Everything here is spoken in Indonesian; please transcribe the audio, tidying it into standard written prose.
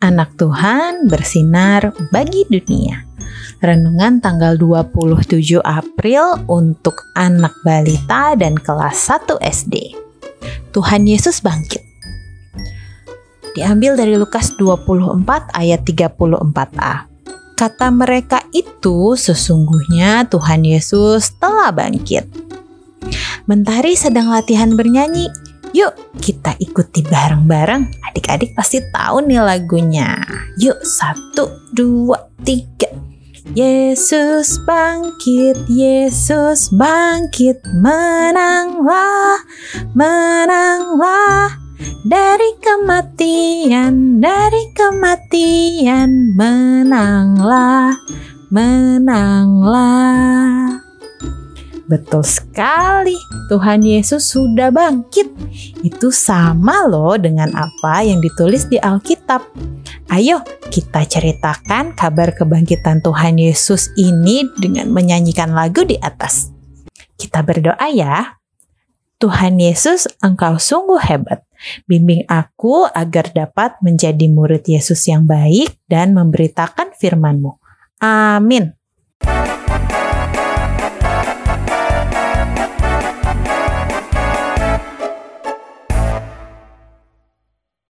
Anak Tuhan bersinar bagi dunia. Renungan tanggal 27 April untuk anak balita dan kelas 1 SD. Tuhan Yesus bangkit. Diambil dari Lukas 24 ayat 34a. Kata mereka itu sesungguhnya Tuhan Yesus telah bangkit. Mentari sedang latihan bernyanyi. Yuk kita ikuti bareng-bareng. Adik-adik pasti tahu nih lagunya. Yuk 1, 2, 3. Yesus bangkit, Yesus bangkit. Menanglah, menanglah. Dari kematian, menanglah, menanglah. Betul sekali, Tuhan Yesus sudah bangkit. Itu sama loh dengan apa yang ditulis di Alkitab. Ayo kita ceritakan kabar kebangkitan Tuhan Yesus ini dengan menyanyikan lagu di atas. Kita berdoa ya. Tuhan Yesus, Engkau sungguh hebat. Bimbing aku agar dapat menjadi murid Yesus yang baik dan memberitakan firman-Mu. Amin.